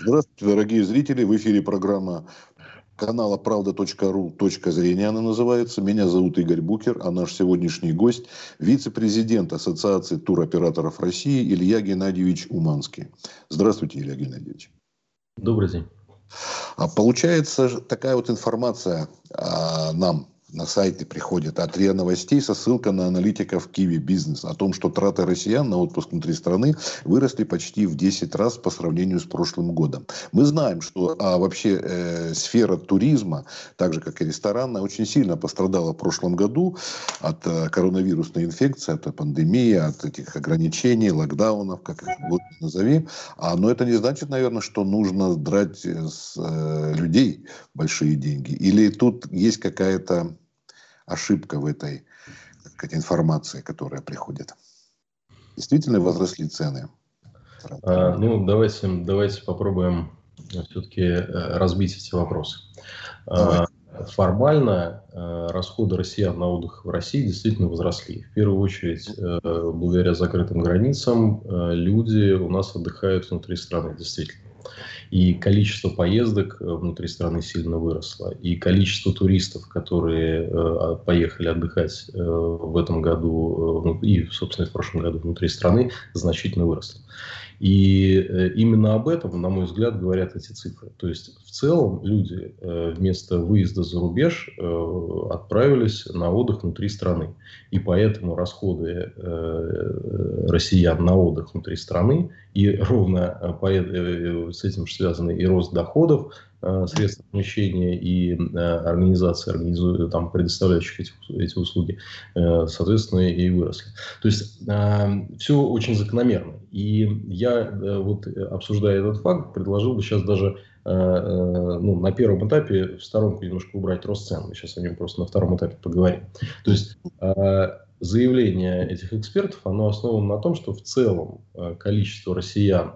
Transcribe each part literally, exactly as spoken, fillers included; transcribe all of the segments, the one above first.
Здравствуйте, дорогие зрители. В эфире программа канала правда точка ру «Точка зрения» она называется. Меня зовут Игорь Букер, а наш сегодняшний гость – вице-президент Ассоциации туроператоров России Илья Геннадьевич Уманский. Здравствуйте, Илья Геннадьевич. Добрый день. А получается такая вот информация а, нам на сайте приходит от РИА Новостей со ссылкой на аналитиков Киви Бизнес о том, что траты россиян на отпуск внутри страны выросли почти в десять раз по сравнению с прошлым годом. Мы знаем, что а, вообще э, сфера туризма, так же как и ресторанная, очень сильно пострадала в прошлом году от э, коронавирусной инфекции, от пандемии, от этих ограничений, локдаунов, как их вот назови. А, но это не значит, наверное, что нужно драть с э, людей большие деньги. Или тут есть какая-то ошибка в этой сказать, информации, которая приходит. Действительно возросли цены? А, ну, давайте, давайте попробуем все-таки разбить эти вопросы. Давай. Формально расходы россиян на отдых в России действительно возросли. В первую очередь, благодаря закрытым границам, люди у нас отдыхают внутри страны, действительно. И количество поездок внутри страны сильно выросло. И количество туристов, которые э, поехали отдыхать э, в этом году э, и, собственно, в прошлом году внутри страны, значительно выросло. И э, именно об этом, на мой взгляд, говорят эти цифры. То есть, в целом, люди э, вместо выезда за рубеж э, отправились на отдых внутри страны. И поэтому расходы э, россиян на отдых внутри страны и ровно по, э, с этим же связаны и рост доходов, э, средств размещения и э, организации, организу... там, предоставляющих эти, эти услуги, э, соответственно, и выросли. То есть, э, все очень закономерно. И я, э, вот, обсуждая этот факт, предложил бы сейчас даже э, э, ну, на первом этапе в сторонку немножко убрать рост цен. Мы сейчас о нем просто на втором этапе поговорим. То есть, э, заявление этих экспертов, оно основано на том, что в целом количество россиян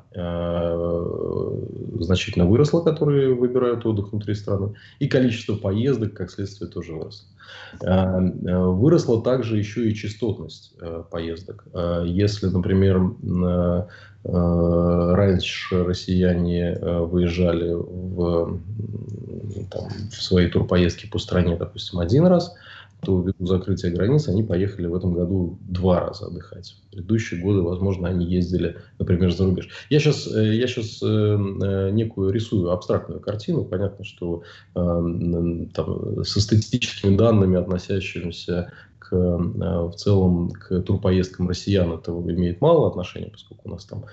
э, значительно выросло, которые выбирают отдых внутри страны, и количество поездок, как следствие, тоже выросло. Э, выросла также еще и частотность э, поездок. Э, если, например, э, э, раньше россияне э, выезжали в, там, в свои турпоездки по стране, допустим, один раз, то ввиду закрытия границ они поехали в этом году два раза отдыхать. В предыдущие годы, возможно, они ездили, например, за рубеж. Я сейчас, я сейчас некую рисую абстрактную картину. Понятно, что там, со статистическими данными, относящимися к, в целом к турпоездкам россиян, это имеет мало отношения, поскольку у нас там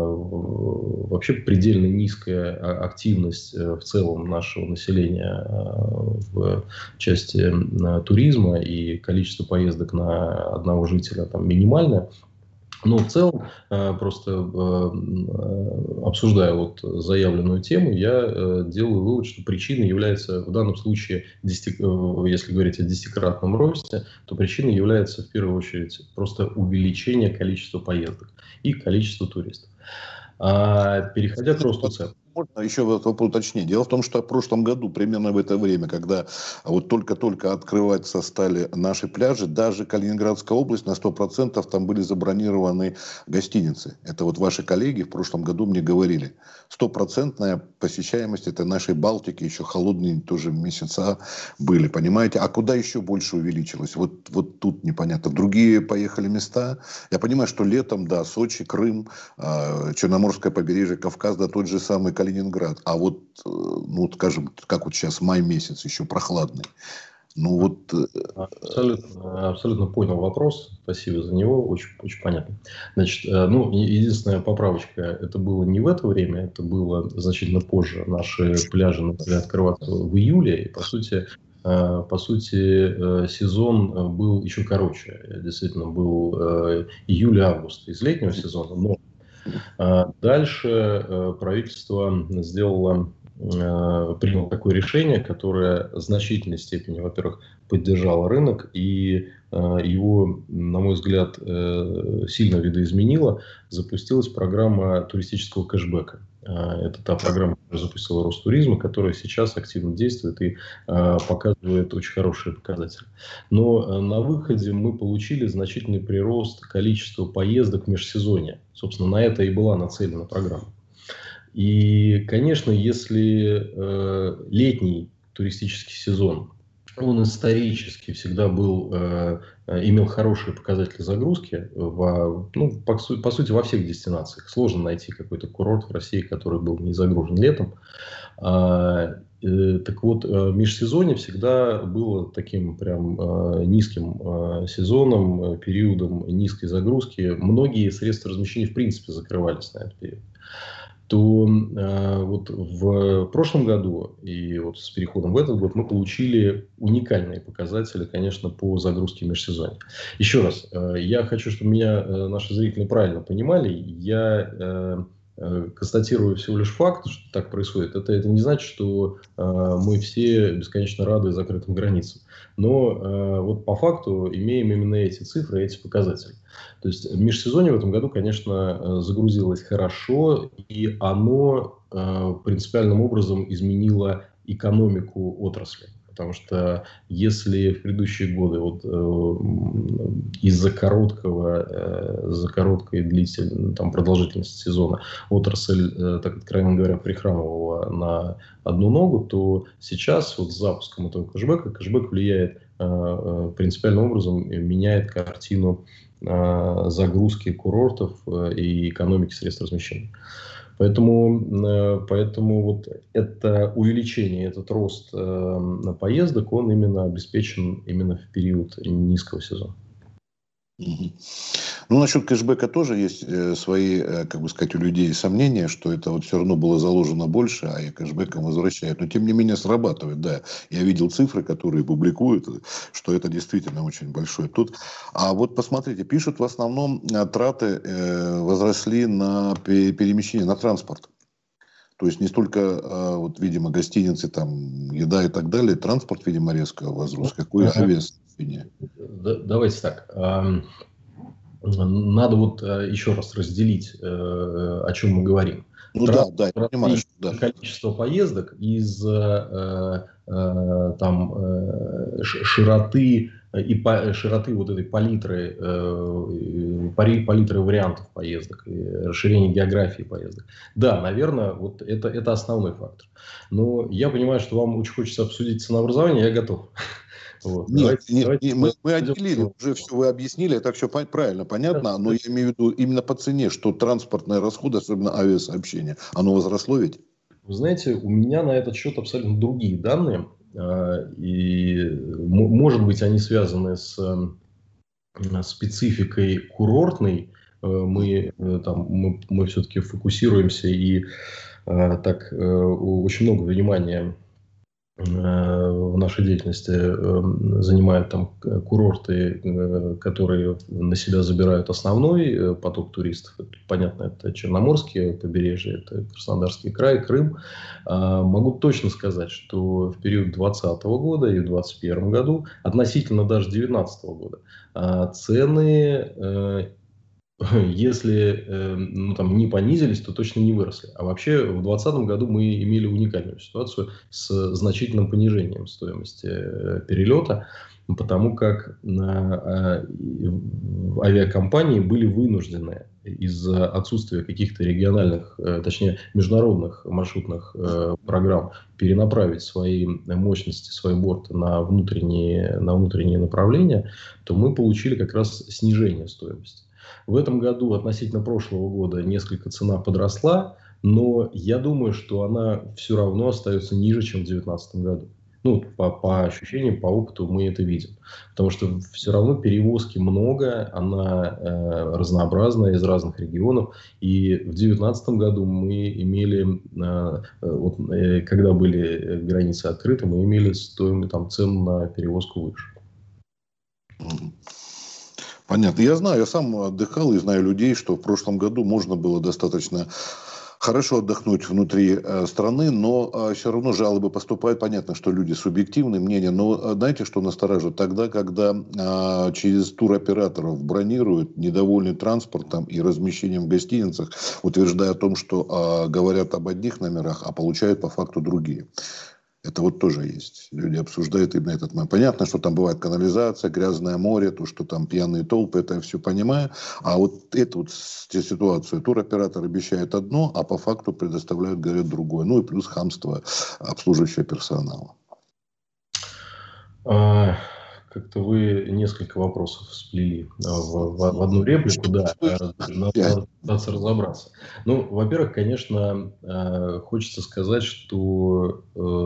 вообще предельно низкая активность в целом нашего населения в части туризма, и количество поездок на одного жителя там минимальное. Но в целом, просто обсуждая вот заявленную тему, я делаю вывод, что причиной является в данном случае, если говорить о десятикратном росте, то причиной является в первую очередь просто увеличение количества поездок и количества туристов. А переходя к росту цен. Можно еще вот уточнить. Дело в том, что в прошлом году, примерно в это время, когда вот только-только открываться стали наши пляжи, даже Калининградская область на сто процентов там были забронированы гостиницы. Это вот ваши коллеги в прошлом году мне говорили. Стопроцентная посещаемость это нашей Балтики, еще холодные тоже месяца были, понимаете? А куда еще больше увеличилось? Вот, вот тут непонятно. Другие поехали места. Я понимаю, что летом, да, Сочи, Крым, Черноморское побережье, Кавказ, да, тот же самый Калининград. Калининград, а вот, ну, скажем, как вот сейчас май месяц, еще прохладный. Ну вот... Абсолютно, абсолютно понял вопрос, спасибо за него, очень, очень понятно. Значит, ну, единственная поправочка, это было не в это время, это было значительно позже. Наши пляжи начали открываться в июле, и, по сути, по сути, сезон был еще короче. Действительно, был июль-август из летнего сезона, но дальше правительство сделало, приняло такое решение, которое в значительной степени, во-первых, поддержало рынок и его, на мой взгляд, сильно видоизменило. Запустилась программа туристического кэшбэка. Это та программа, которая запустила Ростуризм, которая сейчас активно действует и показывает очень хорошие показатели. Но на выходе мы получили значительный прирост количества поездок в межсезонье. Собственно, на это и была нацелена программа. И, конечно, если э, летний туристический сезон, он исторически всегда был, э, имел хорошие показатели загрузки, во, ну, по, су- по сути, во всех дестинациях. Сложно найти какой-то курорт в России, который был не загружен летом. А, э, так вот, э, межсезонье всегда было таким прям э, низким э, сезоном, э, периодом низкой загрузки. Многие средства размещения в принципе закрывались на этот период. То э, вот в прошлом году и вот с переходом в этот год мы получили уникальные показатели, конечно, по загрузке межсезонья. Еще раз, э, я хочу, чтобы меня э, наши зрители правильно понимали. Я э, э, констатирую всего лишь факт, что так происходит. Это, это не значит, что э, мы все бесконечно рады закрытым границам. Но э, вот по факту имеем именно эти цифры, эти показатели. То есть межсезонье в этом году, конечно, загрузилось хорошо, и оно э, принципиальным образом изменило экономику отрасли. Потому что если в предыдущие годы вот, э, из-за короткого, э, из-за короткой длительной там, продолжительности сезона отрасль, э, так откровенно говоря, прихрамывала на одну ногу, то сейчас вот с запуском этого кэшбэка, кэшбэк влияет э, принципиальным образом, меняет картину загрузки курортов и экономики средств размещения. Поэтому, поэтому вот это увеличение, этот рост поездок, он именно обеспечен именно в период низкого сезона. Мгм. Ну, насчет кэшбэка тоже есть э, свои, э, как бы сказать, у людей сомнения, что это вот все равно было заложено больше, а и кэшбэком возвращают. Но тем не менее срабатывает, да. Я видел цифры, которые публикуют, что это действительно очень большой тут. А вот посмотрите, пишут в основном э, траты э, возросли на пе- перемещение, на транспорт. То есть не столько, э, вот, видимо, гостиницы, там, еда и так далее, транспорт, видимо, резко возрос, какой авиасообщение. Да, давайте так. Надо вот еще раз разделить, о чем мы говорим. Ну да, да, я понимаю, что да. Количество поездок из э, э, там, э, широты и по, широты вот этой палитры, э, палитры вариантов поездок, и расширение географии поездок. Да, наверное, вот это, это основной фактор. Но я понимаю, что вам очень хочется обсудить ценообразование, я готов. Вот, Нет, давайте, нет, давайте не- мы, мы пойдем. отделили, уже все вы объяснили, это все правильно, понятно, но я имею в виду именно по цене, что транспортные расходы, особенно авиасообщения, оно возросло ведь? Вы знаете, у меня на этот счет абсолютно другие данные, а, и м- может быть они связаны с э, спецификой курортной. Э, Мы, э, там, мы, мы все-таки фокусируемся и э, так э, у- очень много внимания э, в нашей деятельности э, занимают там к- курорты, э, которые на себя забирают основной э, поток туристов. Это, понятно, это Черноморские побережья, это Краснодарский край, Крым. А, Могу точно сказать, что в период двадцатого года и в двадцать первом году, относительно даже девятнадцатого года, а, цены э, если э, ну, там, не понизились, то точно не выросли. А вообще в двадцатом году мы имели уникальную ситуацию с значительным понижением стоимости э, перелета, потому как э, авиакомпании были вынуждены из-за отсутствия каких-то региональных, э, точнее международных маршрутных э, программ перенаправить свои мощности, свои борты на внутренние, на внутренние направления, то мы получили как раз снижение стоимости. В этом году относительно прошлого года несколько цена подросла, но я думаю, что она все равно остается ниже, чем в две тысячи девятнадцатом году. Ну, по, по ощущениям, по опыту мы это видим. Потому что все равно перевозки много, она э, разнообразная из разных регионов. И в две тысячи девятнадцатом году мы имели, э, вот, э, когда были границы открыты, мы имели стоимость, там, цену на перевозку выше. Понятно. Я знаю, я сам отдыхал и знаю людей, что в прошлом году можно было достаточно хорошо отдохнуть внутри э, страны, но э, все равно жалобы поступают. Понятно, что люди субъективные мнения, но э, знаете, что настораживает? Тогда, когда э, через туроператоров бронируют, недовольны транспортом и размещением в гостиницах, утверждая о том, что э, говорят об одних номерах, а получают по факту другие. Это вот тоже есть. Люди обсуждают именно этот момент. Понятно, что там бывает канализация, грязное море, то, что там пьяные толпы, это я все понимаю. А вот эту вот ситуацию туроператор обещает одно, а по факту предоставляют, говорят, другое. Ну и плюс хамство обслуживающего персонала. А, как-то вы несколько вопросов сплели в, в, в одну реплику, да, надо, надо пытаться разобраться. Ну, во-первых, конечно, хочется сказать, что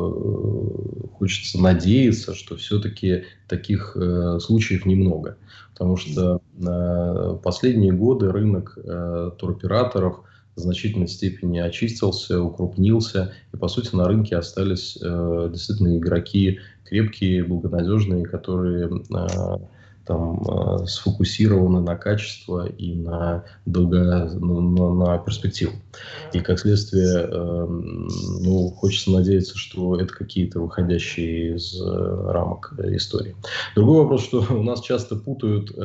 э, хочется надеяться, что все-таки таких э, случаев немного, потому что э, последние годы рынок э, туроператоров в значительной степени очистился, укрупнился, и, по сути, на рынке остались э, действительно игроки крепкие, благонадежные, которые э, там э, сфокусированы на качество и на, долго, на, на перспективу. И, как следствие, э, ну, хочется надеяться, что это какие-то выходящие из э, рамок истории. Другой вопрос, что у нас часто путают э,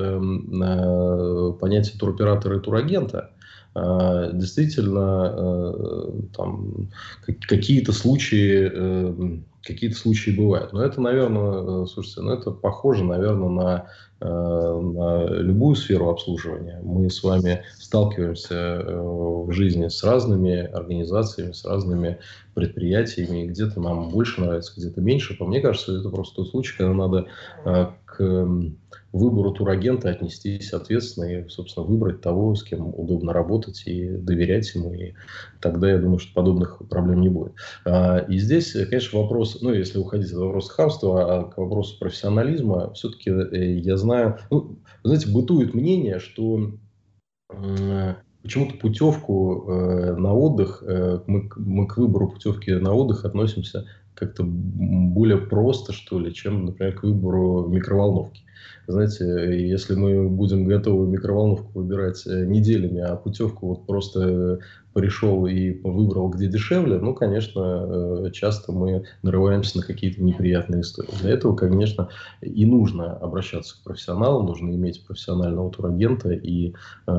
э, понятие туроператора и турагента. Действительно, там какие-то случаи, какие-то случаи бывают. Но это, наверное, слушайте, ну это похоже, наверное, на, на любую сферу обслуживания. Мы с вами сталкиваемся в жизни с разными организациями, с разными предприятиями. Где-то нам больше нравится, где-то меньше. По мне кажется, это просто тот случай, когда надо к выбору турагента отнестись ответственно и, собственно, выбрать того, с кем удобно работать и доверять ему. И тогда, я думаю, что подобных проблем не будет. И здесь, конечно, вопрос, ну, если уходить от вопроса хамства, а к вопросу профессионализма, все-таки я знаю, ну, знаете, бытует мнение, что почему-то путевку э, на отдых, э, мы, мы к выбору путевки на отдых относимся как-то более просто, что ли, чем, например, к выбору микроволновки. Знаете, если мы будем готовы микроволновку выбирать неделями, а путевку вот просто пришел и выбрал, где дешевле, ну, конечно, часто мы нарываемся на какие-то неприятные истории. Для этого, конечно, и нужно обращаться к профессионалам, нужно иметь профессионального турагента. И, э,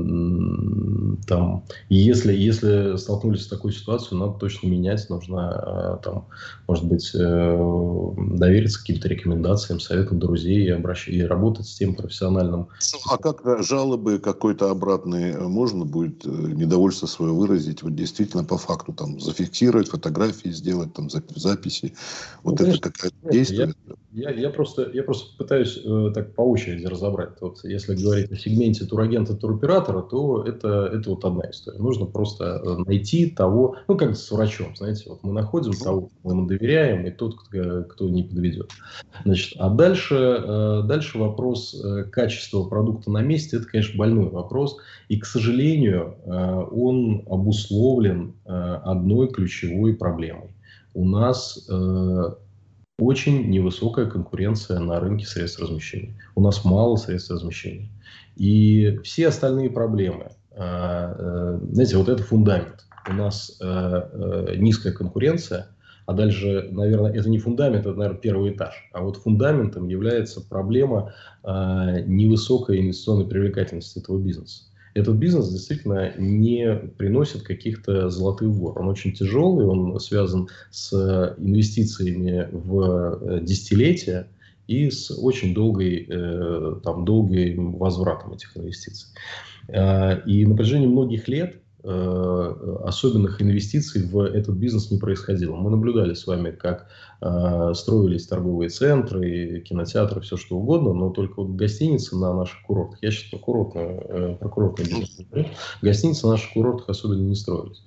там, и если, если столкнулись с такой ситуацией, надо точно менять, нужно, э, там, может быть, э, довериться каким-то рекомендациям, советам друзей и, обращ... и работать с тем профессиональным. А как жалобы какой-то обратной можно будет недовольство свое выразить, вот действительно по факту там зафиксировать, фотографии сделать, там записи, вот ну, это какое-то действие? Я, я, я, просто, я просто пытаюсь э, так по очереди разобрать. Вот, если говорить о сегменте турагента, туроператора, то это, это вот одна история. Нужно просто найти того, ну как с врачом, знаете, вот мы находим того, кому мы доверяем, и тот, кто, кто не подведет. Значит, а дальше, э, дальше вопрос э, качества продукта на месте, это, конечно, больной вопрос, и, к сожалению, э, он обусловлен э, одной ключевой проблемой. У нас э, очень невысокая конкуренция на рынке средств размещения. У нас мало средств размещения. И все остальные проблемы, э, э, знаете, вот это фундамент. У нас э, э, низкая конкуренция, а дальше, наверное, это не фундамент, это, наверное, первый этаж. А вот фундаментом является проблема э, невысокой инвестиционной привлекательности этого бизнеса. Этот бизнес действительно не приносит каких-то золотых гор. Он очень тяжелый, он связан с инвестициями в десятилетия и с очень долгой, э, там, долгим возвратом этих инвестиций. Э, и на протяжении многих лет особенных инвестиций в этот бизнес не происходило. Мы наблюдали с вами, как э, строились торговые центры, кинотеатры, все что угодно, но только вот гостиницы на наших курортах, я сейчас про курортный, э, про курортный бизнес не говорю, гостиницы на наших курортах особенно не строились.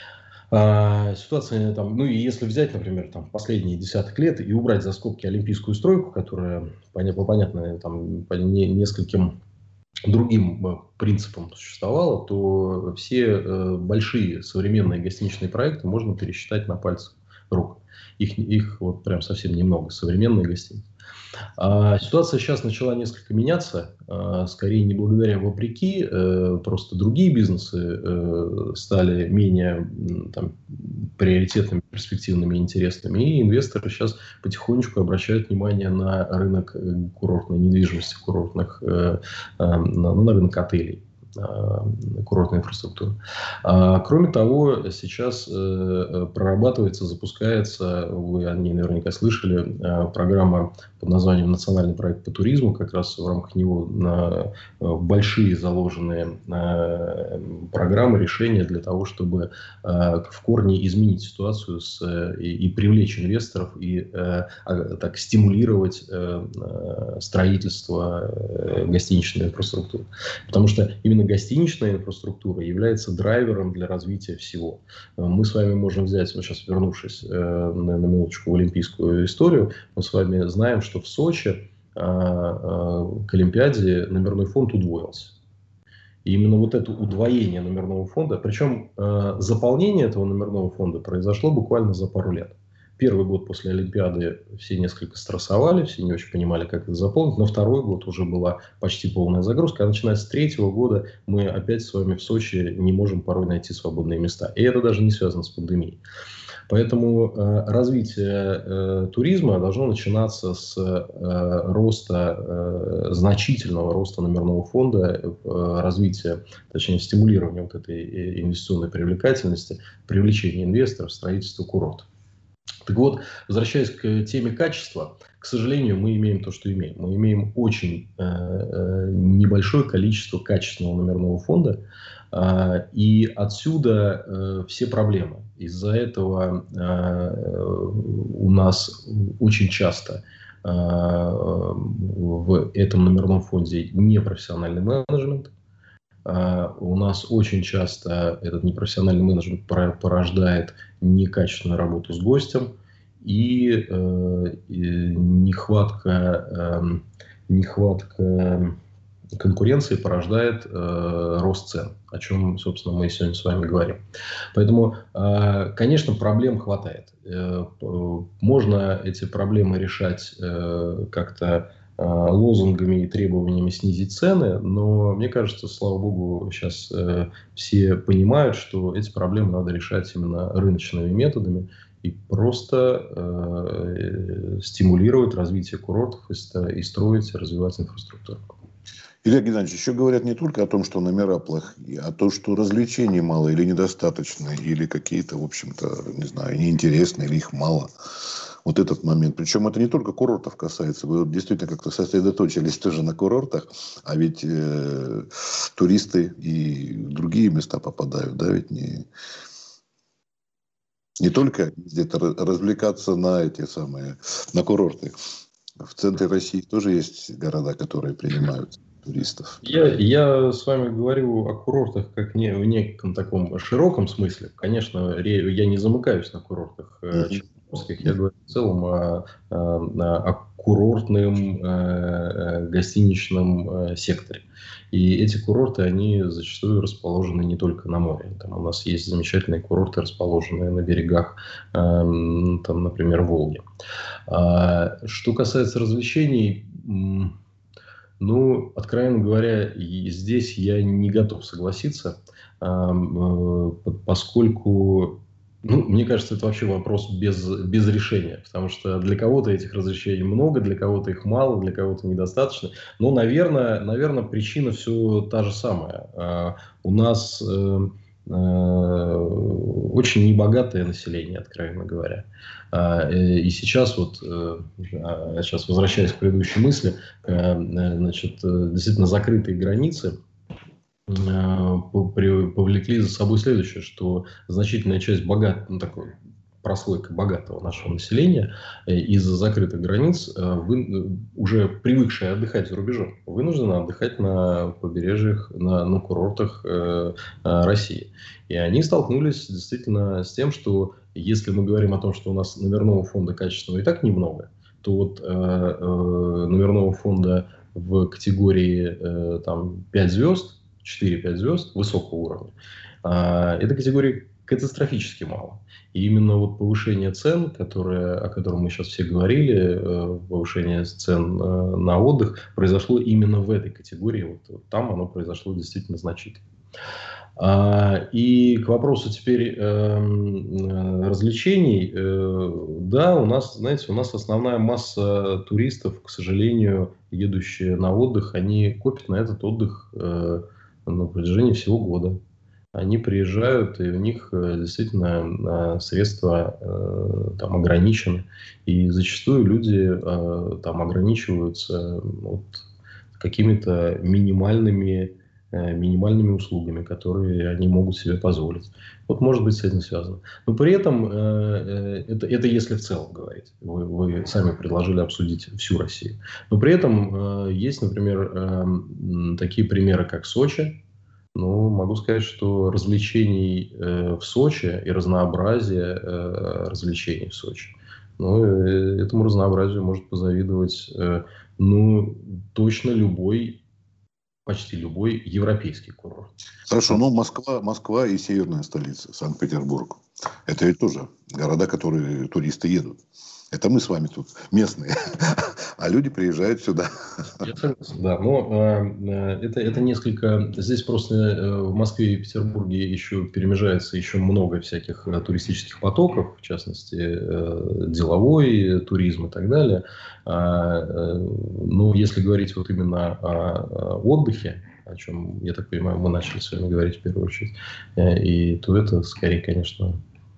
А, ситуация там, ну и если взять, например, там последние десяток лет и убрать за скобки олимпийскую стройку, которая по понятно там по не, нескольким другим принципам существовало, то все э, большие современные гостиничные проекты можно пересчитать на пальцах рук. Их, их вот прям совсем немного, современные гостиницы. А ситуация сейчас начала несколько меняться, а, скорее не благодаря, вопреки, э, просто другие бизнесы э, стали менее там, приоритетными, перспективными, интересными, и инвесторы сейчас потихонечку обращают внимание на рынок курортной недвижимости, курортных, э, э, на, на рынок отелей. курортной инфраструктуры. Кроме того, сейчас прорабатывается, запускается, вы о ней наверняка слышали, программа под названием «Национальный проект по туризму». Как раз в рамках него на большие заложенные программы, решения для того, чтобы в корне изменить ситуацию с, и, и привлечь инвесторов, и так стимулировать строительство гостиничной инфраструктуры. Потому что именно гостиничная инфраструктура является драйвером для развития всего. Мы с вами можем взять, ну, сейчас вернувшись на, на минуточку в олимпийскую историю, мы с вами знаем, что в Сочи к Олимпиаде номерной фонд удвоился. И именно вот это удвоение номерного фонда, причем заполнение этого номерного фонда произошло буквально за пару лет. Первый год после Олимпиады все несколько стрессовали, все не очень понимали, как это заполнить. Но второй год уже была почти полная загрузка. А начиная с третьего года мы опять с вами в Сочи не можем порой найти свободные места. И это даже не связано с пандемией. Поэтому э, развитие э, туризма должно начинаться с э, роста, э, значительного роста номерного фонда, э, развития, точнее стимулирования вот этой инвестиционной привлекательности, привлечения инвесторов, строительства курортов. Так вот, возвращаясь к теме качества, к сожалению, мы имеем то, что имеем. Мы имеем очень э, небольшое количество качественного номерного фонда, э, и отсюда э, все проблемы. Из-за этого э, у нас очень часто э, в этом номерном фонде непрофессиональный менеджмент. Uh, у нас очень часто этот непрофессиональный менеджмент порождает некачественную работу с гостем и, uh, и нехватка, uh, нехватка конкуренции порождает uh, рост цен, о чем, собственно, мы сегодня с вами говорим. Поэтому, uh, конечно, проблем хватает. Uh, можно эти проблемы решать uh, как-то лозунгами и требованиями снизить цены, но мне кажется, слава богу, сейчас э, все понимают, что эти проблемы надо решать именно рыночными методами и просто э, стимулировать развитие курортов и, и строить, и развивать инфраструктуру. Илья Геннадьевич, еще говорят не только о том, что номера плохие, а то, что развлечений мало или недостаточно, или какие-то, в общем-то, не знаю, неинтересные, или их мало. Вот этот момент. Причем это не только курортов касается. Вы вот действительно как-то сосредоточились тоже на курортах, а ведь э, туристы и в другие места попадают, да, ведь не, не только где-то развлекаться на эти самые, на курорты. В центре России тоже есть города, которые принимают туристов. Я, я с вами говорю о курортах как не в неком таком широком смысле. Конечно, я не замыкаюсь на курортах. Mm-hmm. Я говорю в целом о, о, о курортном э, гостиничном э, секторе. И эти курорты, они зачастую расположены не только на море. Там у нас есть замечательные курорты, расположенные на берегах, э, там, например, Волги. А, что касается развлечений, ну, откровенно говоря, и здесь я не готов согласиться, э, поскольку... Ну, мне кажется, это вообще вопрос без, без решения, потому что для кого-то этих разрешений много, для кого-то их мало, для кого-то недостаточно. Но, наверное, наверное причина все та же самая. Uh, у нас uh, uh, очень небогатое население, откровенно говоря. Uh, и сейчас, вот, uh, сейчас возвращаясь к предыдущей мысли, uh, значит, действительно закрытые границы повлекли за собой следующее, что значительная часть богат, ну, такой прослойка богатого нашего населения из-за закрытых границ, вы, уже привыкшие отдыхать за рубежом, вынуждены отдыхать на побережьях, на, на курортах э, России. И они столкнулись действительно с тем, что если мы говорим о том, что у нас номерного фонда качественного и так немного, то вот э, э, номерного фонда в категории э, там, пять звезд, четыре-пять звезд высокого уровня, этой категории катастрофически мало. И именно вот повышение цен, которое, о котором мы сейчас все говорили, повышение цен на отдых, произошло именно в этой категории. Вот, вот там оно произошло действительно значительно. И к вопросу теперь э, развлечений, э, да, у нас, знаете, у нас основная масса туристов, к сожалению, едущие на отдых, они копят на этот отдых э, на протяжении всего года. Они приезжают, и у них действительно средства там ограничены. И зачастую люди там ограничиваются вот какими-то минимальными, минимальными услугами, которые они могут себе позволить. Вот может быть с этим связано. Но при этом, это, это если в целом говорить, вы, вы сами предложили обсудить всю Россию. Но при этом есть, например, такие примеры, как Сочи. Ну, могу сказать, что развлечений э, в Сочи и разнообразие э, развлечений в Сочи, ну, э, этому разнообразию может позавидовать, э, ну, точно любой, почти любой европейский курорт. Хорошо, ну Москва, Москва и северная столица, Санкт-Петербург. Это ведь тоже города, которые туристы едут. Это мы с вами тут местные, а люди приезжают сюда. Я согласен, да, но э, это, это несколько... Здесь просто э, в Москве и Петербурге еще перемежается еще много всяких э, туристических потоков, в частности, э, деловой туризм и так далее. А, э, но если говорить вот именно о, о отдыхе, о чем, я так понимаю, мы начали с вами говорить в первую очередь, э, и то это скорее, конечно...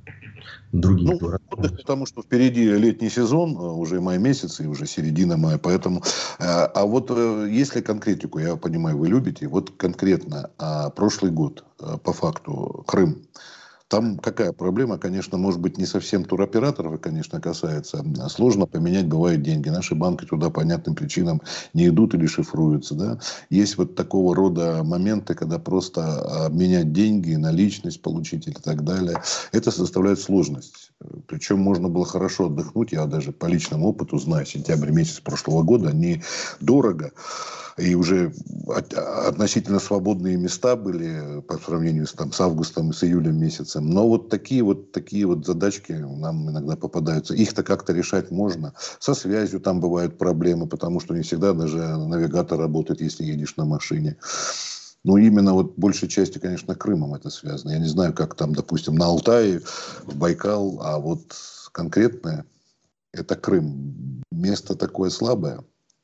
Другие ну, отдых, потому что впереди летний сезон, уже май месяц и уже середина мая, поэтому... А вот если конкретику, я понимаю, вы любите, вот конкретно а прошлый год, по факту, Крым, там какая проблема? Конечно, может быть, не совсем туроператоров, конечно, касается. Сложно поменять, бывают деньги. Наши банки туда по понятным причинам не идут или шифруются. Да? Есть вот такого рода моменты, когда просто обменять деньги, наличность получить и так далее. Это составляет сложность. Причем можно было хорошо отдохнуть. Я даже по личному опыту знаю, сентябрь месяц прошлого года недорого. И уже относительно свободные места были по сравнению с, там, с августом и с июлем месяцем. Но вот такие вот, такие вот задачки нам иногда попадаются. Их-то как-то решать можно. Со связью там бывают проблемы, потому что не всегда даже навигатор работает, если едешь на машине. Ну, именно вот большей части, конечно, Крымом это связано. Я не знаю, как там, допустим, на Алтае, в Байкал, а вот конкретное это Крым. Место такое слабое.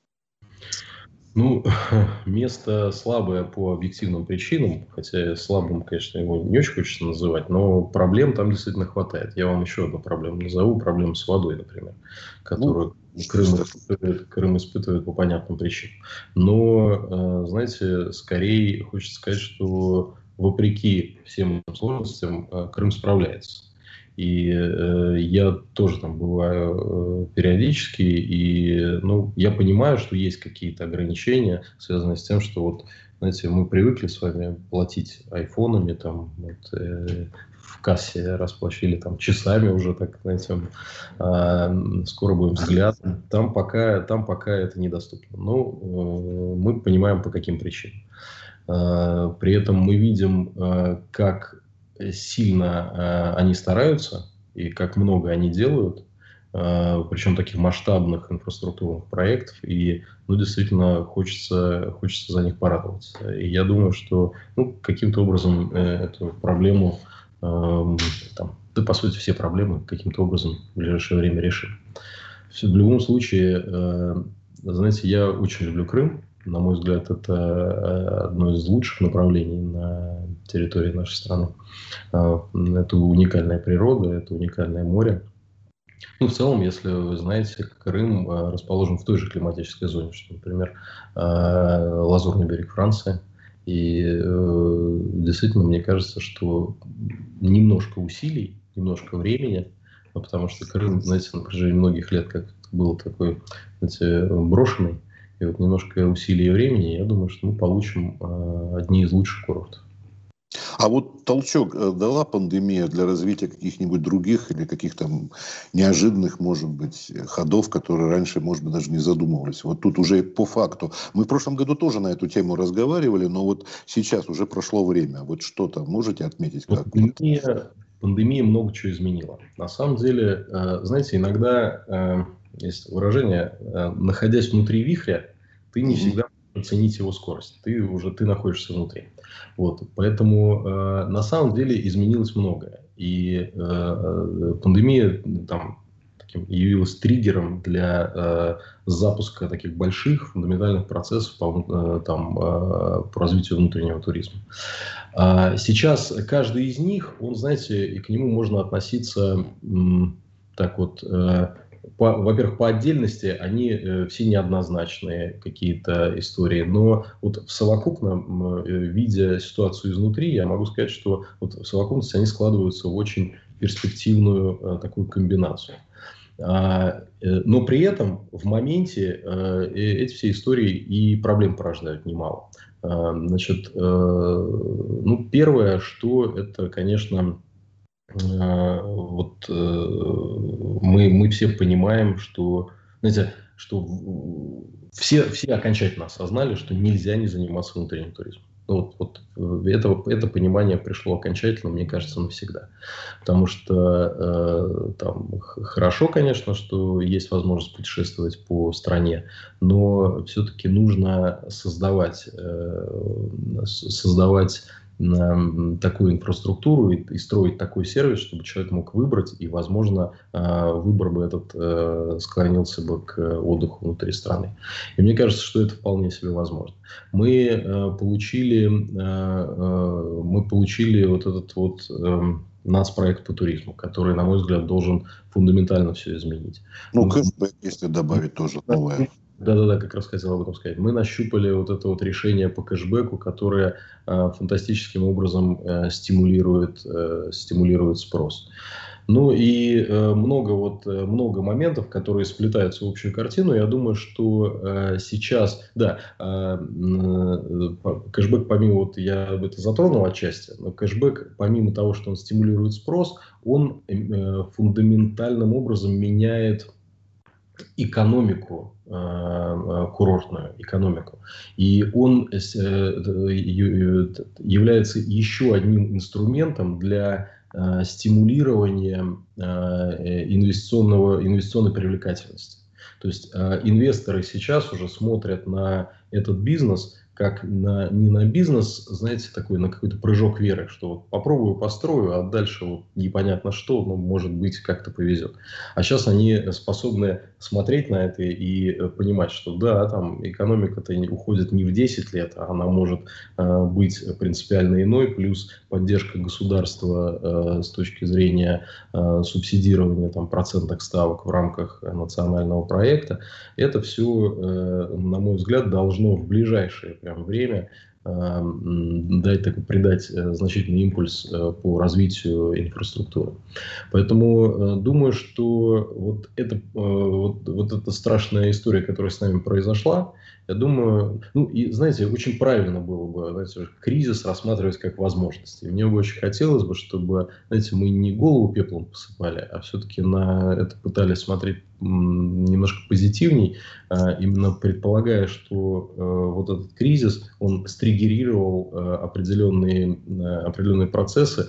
Ну, место слабое по объективным причинам, хотя слабым, конечно, его не очень хочется называть, но проблем там действительно хватает. Я вам еще одну проблему назову, проблему с водой, например, которую ну, Крым, испытывает, Крым испытывает по понятным причинам. Но, знаете, скорее хочется сказать, что вопреки всем сложностям Крым справляется. И э, я тоже там бываю э, периодически, и ну, я понимаю, что есть какие-то ограничения, связанные с тем, что вот, знаете, мы привыкли с вами платить айфонами, там, вот, э, в кассе расплачили там часами уже, так, знаете, э, скоро будем взглядом. Там пока, там пока это недоступно. Но э, мы понимаем, по каким причинам. Э, при этом мы видим, э, как сильно э, они стараются и как много они делают, э, причем таких масштабных инфраструктурных проектов, и ну, действительно хочется, хочется за них порадоваться. И я думаю, что ну, каким-то образом э, эту проблему, э, там, да по сути все проблемы каким-то образом в ближайшее время решим. В любом случае, э, знаете, я очень люблю Крым. На мой взгляд, это одно из лучших направлений на территории нашей страны. Это уникальная природа, это уникальное море. Ну, в целом, если вы знаете, Крым расположен в той же климатической зоне, что, например, Лазурный берег Франции. И действительно, мне кажется, что немножко усилий, немножко времени, потому что Крым, знаете, на протяжении многих лет как был такой, знаете, брошенный. И вот немножко усилий и времени, я думаю, что мы получим э, одни из лучших курортов. А вот толчок дала пандемия для развития каких-нибудь других или каких-то неожиданных, может быть, ходов, которые раньше, может быть, даже не задумывались? Вот тут уже по факту. Мы в прошлом году тоже на эту тему разговаривали, но вот сейчас уже прошло время. Вот что-то можете отметить? Как пандемия, пандемия много чего изменила. На самом деле, э, знаете, иногда э, есть выражение, э, находясь внутри вихря, ты не mm-hmm. всегда можешь оценить его скорость. Ты уже ты находишься внутри. Вот. Поэтому э, на самом деле изменилось многое. И э, пандемия там, таким, явилась триггером для э, запуска таких больших фундаментальных процессов по, э, там, э, по развитию внутреннего туризма. А сейчас каждый из них, он, знаете, и к нему можно относиться м, так вот, э, по, во-первых, по отдельности они э, все неоднозначные какие-то истории, но вот в совокупном э, видя ситуацию изнутри, я могу сказать, что вот в совокупности они складываются в очень перспективную э, такую комбинацию. А, э, но при этом в моменте э, эти все истории и проблем порождают немало. А, значит, э, ну, первое, что это, конечно, э, вот э, мы, мы все понимаем, что, знаете, что все, все окончательно осознали, что нельзя не заниматься внутренним туризмом. Вот, вот это, это понимание пришло окончательно, мне кажется, навсегда. Потому что э, там хорошо, конечно, что есть возможность путешествовать по стране, но все-таки нужно создавать, э, создавать э, такую инфраструктуру и, и строить такой сервис, чтобы человек мог выбрать, и, возможно, э, выбор бы этот э, склонился бы к отдыху внутри страны. И мне кажется, что это вполне себе возможно. Мы э, получили, э, э, мы получили вот этот вот э, нацпроект по туризму, который, на мой взгляд, должен фундаментально все изменить. Ну, Мы, кэшбэк, если добавить, тоже новое. Да-да-да, как раз хотел об этом сказать. Мы нащупали вот это вот решение по кэшбэку, которое э, фантастическим образом э, стимулирует, э, стимулирует спрос. Ну и э, много, вот, э, много моментов, которые сплетаются в общую картину. Я думаю, что э, сейчас, да, э, э, кэшбэк, помимо, вот я это затронул отчасти, но кэшбэк, помимо того, что он стимулирует спрос, он э, фундаментальным образом меняет экономику, э, курортную экономику. И он э, является еще одним инструментом для э, стимулирования э, инвестиционного, инвестиционной привлекательности. То есть э, инвесторы сейчас уже смотрят на этот бизнес как на, не на бизнес, знаете, такой, на какой-то прыжок веры, что вот попробую, построю, а дальше вот непонятно что, но может быть как-то повезет. А сейчас они способны смотреть на это и понимать, что да, там экономика-то уходит не в десять лет, а она может э, быть принципиально иной, плюс поддержка государства э, с точки зрения э, субсидирования там, процентных ставок в рамках национального проекта. Это все, э, на мой взгляд, должно в ближайшее прям время э, дать, так, придать э, значительный импульс э, по развитию инфраструктуры. Поэтому э, думаю, что вот, это, э, вот, вот эта страшная история, которая с нами произошла, я думаю, ну и знаете, очень правильно было бы, знаете, кризис рассматривать как возможность. И мне бы очень хотелось бы, чтобы, знаете, мы не голову пеплом посыпали, а все-таки на это пытались смотреть м, немножко позитивней, а, именно предполагая, что а, вот этот кризис, он стриггерировал а, определенные, а, определенные процессы,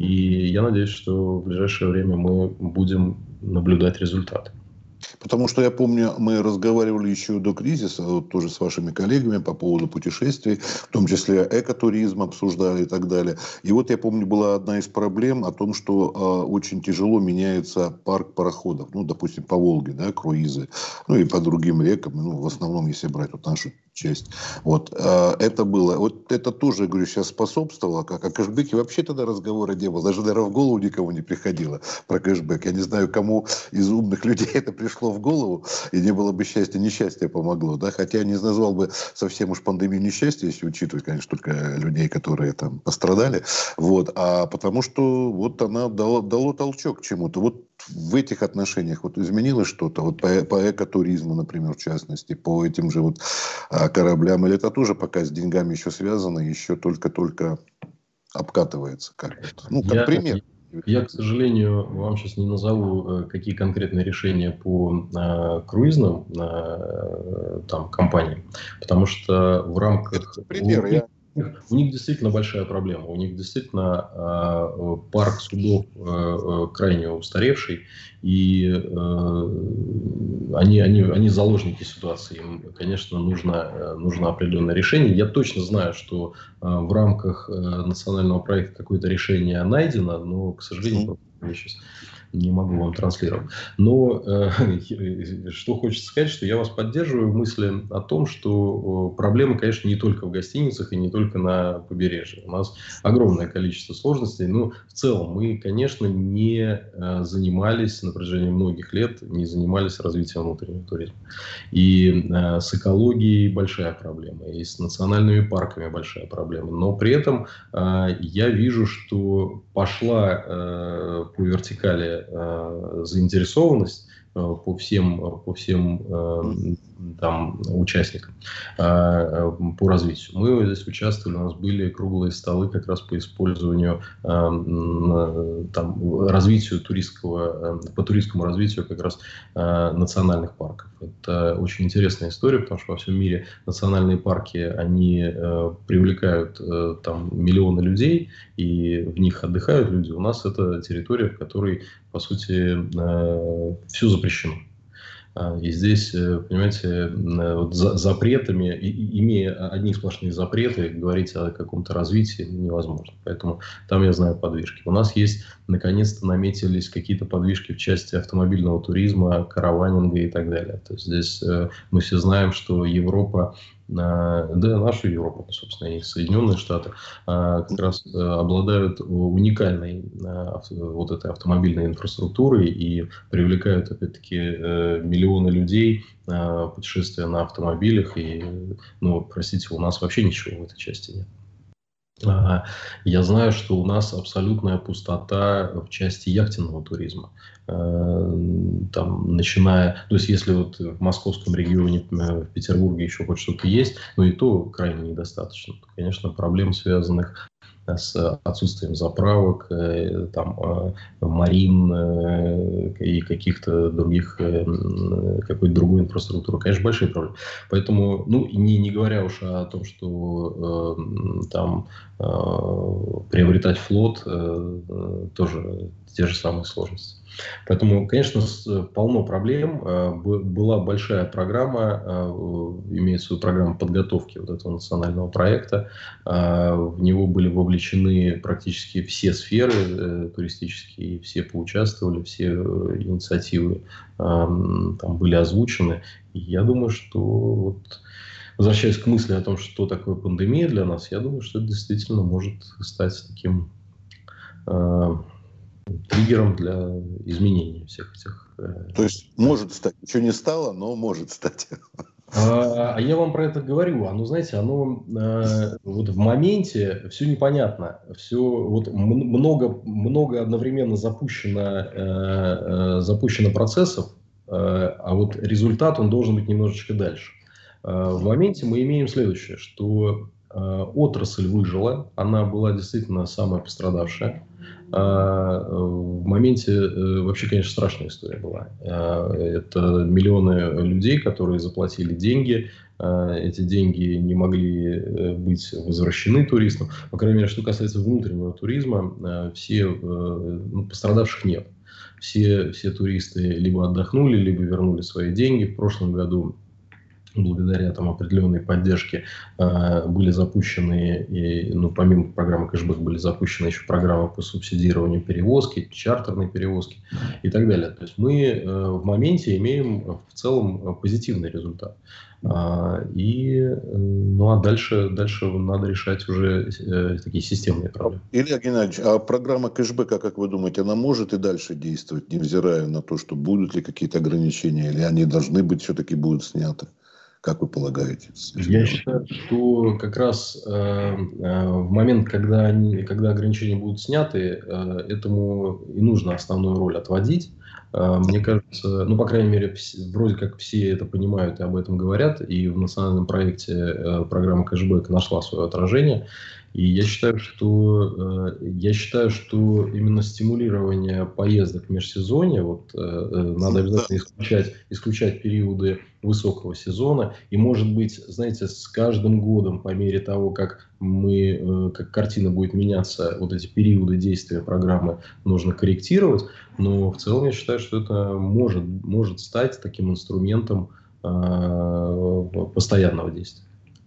и я надеюсь, что в ближайшее время мы будем наблюдать результаты. Потому что я помню, мы разговаривали еще до кризиса, вот тоже с вашими коллегами по поводу путешествий, в том числе экотуризм обсуждали и так далее. И вот я помню, была одна из проблем о том, что э, очень тяжело меняется парк пароходов. Ну, допустим, по Волге, да, круизы, ну и по другим рекам, ну, в основном, если брать вот нашу часть. Вот, э, это было, вот это тоже, я говорю, сейчас способствовало, как о кэшбэке вообще тогда разговора не было, даже, наверное, в голову никому не приходило про кэшбэк. Я не знаю, кому из умных людей это пришло в голову, и не было бы счастья, несчастье помогло, да, хотя я не назвал бы совсем уж пандемию несчастья, если учитывать, конечно, только людей, которые там пострадали, вот, а потому что вот она дала, дала толчок к чему-то, вот в этих отношениях вот изменилось что-то, вот по, по экотуризму, например, в частности, по этим же вот а, кораблям, или это тоже пока с деньгами еще связано, еще только-только обкатывается, как вот, ну, как Я, пример. я, к сожалению, вам сейчас не назову, какие конкретные решения по э, круизным э, там, компаниям, потому что в рамках... Пример, я... У них действительно большая проблема. У них действительно э, парк судов э, крайне устаревший, и э, они, они, они заложники ситуации. Им, конечно, нужно, нужно определенное решение. Я точно знаю, что э, в рамках э, национального проекта какое-то решение найдено, но, к сожалению, mm-hmm. я сейчас не могу вам транслировать. Но э, что хочется сказать, что я вас поддерживаю в мысли о том, что проблемы, конечно, не только в гостиницах и не только на побережье. У нас огромное количество сложностей. Но в целом мы, конечно, не занимались на протяжении многих лет, не занимались развитием внутреннего туризма. И э, с экологией большая проблема, и с национальными парками большая проблема. Но при этом э, я вижу, что пошла э, по вертикали э, заинтересованность э, по всем, по всем э, там, участникам э, по развитию. Мы здесь участвовали, у нас были круглые столы как раз по использованию, э, там, развитию туристского, э, по туристскому развитию как раз э, национальных парков. Это очень интересная история, потому что во всем мире национальные парки, они э, привлекают э, там миллионы людей, и в них отдыхают люди. У нас это территория, в которой, по сути, э, все запрещено. И здесь, понимаете, вот за запретами, и, имея одни сплошные запреты, говорить о каком-то развитии невозможно. Поэтому там я знаю подвижки. У нас есть, наконец-то, наметились какие-то подвижки в части автомобильного туризма, караванинга и так далее. То есть здесь мы все знаем, что Европа, да, нашу Европу, собственно, и Соединенные Штаты как раз обладают уникальной вот этой автомобильной инфраструктурой и привлекают, опять-таки, миллионы людей, путешествия на автомобилях. И, ну, простите, у нас вообще ничего в этой части нет. Я знаю, что у нас абсолютная пустота в части яхтенного туризма. Там, начиная, то есть, если вот в московском регионе, в Петербурге еще хоть что-то есть, но и то крайне недостаточно. Конечно, проблем, связанных с отсутствием заправок, там, марин и каких-то других, какой-то другой инфраструктуры, конечно, большие проблемы. Поэтому, ну, не, не говоря уж о том, что э, там э, приобретать флот, э, тоже те же самые сложности. Поэтому, конечно, полно проблем. Была большая программа, имеется в виду программа подготовки вот этого национального проекта. В него были вовлечены практически все сферы туристические, все поучаствовали, все инициативы там были озвучены. И я думаю, что вот, возвращаясь к мысли о том, что такое пандемия для нас, я думаю, что это действительно может стать таким триггером для изменения всех этих... То есть может стать. Ничего не стало, но может стать. А, а я вам про это говорю. Оно, знаете, оно э, вот в моменте все непонятно. Все вот много, много одновременно запущено, э, э, запущено процессов, э, а вот результат, он должен быть немножечко дальше. Э, в моменте мы имеем следующее, что э, отрасль выжила, она была действительно самая пострадавшая. В моменте вообще, конечно, страшная история была. Это миллионы людей, которые заплатили деньги. Эти деньги не могли быть возвращены туристам. По крайней мере, что касается внутреннего туризма, все, ну, пострадавших нет. Все, все туристы либо отдохнули, либо вернули свои деньги. В прошлом году, благодаря там определенной поддержке, э, были запущены, и, ну, помимо программы кэшбэк, были запущены еще программы по субсидированию перевозки, чартерной перевозки и так далее. То есть мы э, в моменте имеем в целом позитивный результат. А, и, э, ну, а дальше, дальше надо решать уже э, такие системные проблемы. Илья Геннадьевич, а программа кэшбэка, как вы думаете, она может и дальше действовать, невзирая на то, что будут ли какие-то ограничения, или они должны быть, все-таки будут сняты? Как вы полагаете? Я считаю, что как раз э, э, в момент, когда, они, когда ограничения будут сняты, э, этому и нужно основную роль отводить. Э, мне кажется, ну, по крайней мере, вроде как все это понимают и об этом говорят, и в национальном проекте э, программа кэшбэк нашла свое отражение. И я считаю, что, э, я считаю, что именно стимулирование поездок в межсезонье, вот, э, надо обязательно исключать, исключать периоды высокого сезона. И, может быть, знаете, с каждым годом, по мере того, как мы, э, как картина будет меняться, вот эти периоды действия программы нужно корректировать. Но в целом я считаю, что это может, может стать таким инструментом э, постоянного действия.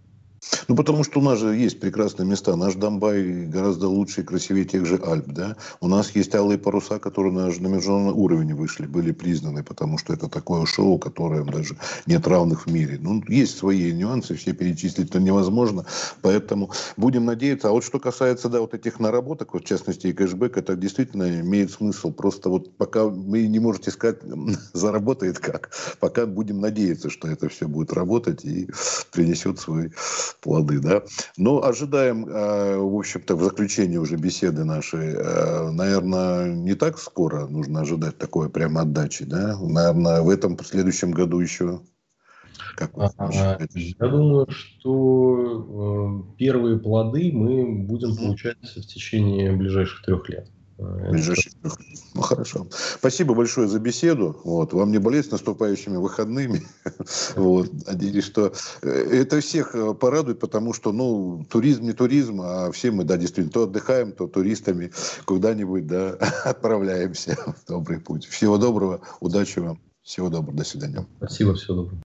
Ну, потому что у нас же есть прекрасные места. Наш Донбай гораздо лучше и красивее тех же Альп, да. У нас есть алые паруса, которые на, на международный уровень вышли, были признаны, потому что это такое шоу, которое даже нет равных в мире. Ну, есть свои нюансы, все перечислить-то невозможно, поэтому будем надеяться. А вот что касается, да, вот этих наработок, вот в частности и кэшбэк, это действительно имеет смысл. Просто вот пока вы не можете сказать, заработает как, пока будем надеяться, что это все будет работать и принесет свои плоды, да. Но ожидаем, в общем-то, в заключении уже беседы нашей, наверное, не так скоро нужно ожидать такой прямо отдачи, да. Наверное, в этом, в следующем году еще. Как вы А, Я думаю, что э, первые плоды мы будем получать в течение ближайших трех лет. Это... Ближайших трех лет. Ну, хорошо. Спасибо большое за беседу. Вот. Вам не болеть с наступающими выходными. Вот. Надеюсь, что это всех порадует, потому что, ну, туризм не туризм, а все мы, да, действительно, то отдыхаем, то туристами куда-нибудь, да, отправляемся в добрый путь. Всего доброго, удачи вам. Всего доброго, до свидания. Спасибо, всего доброго.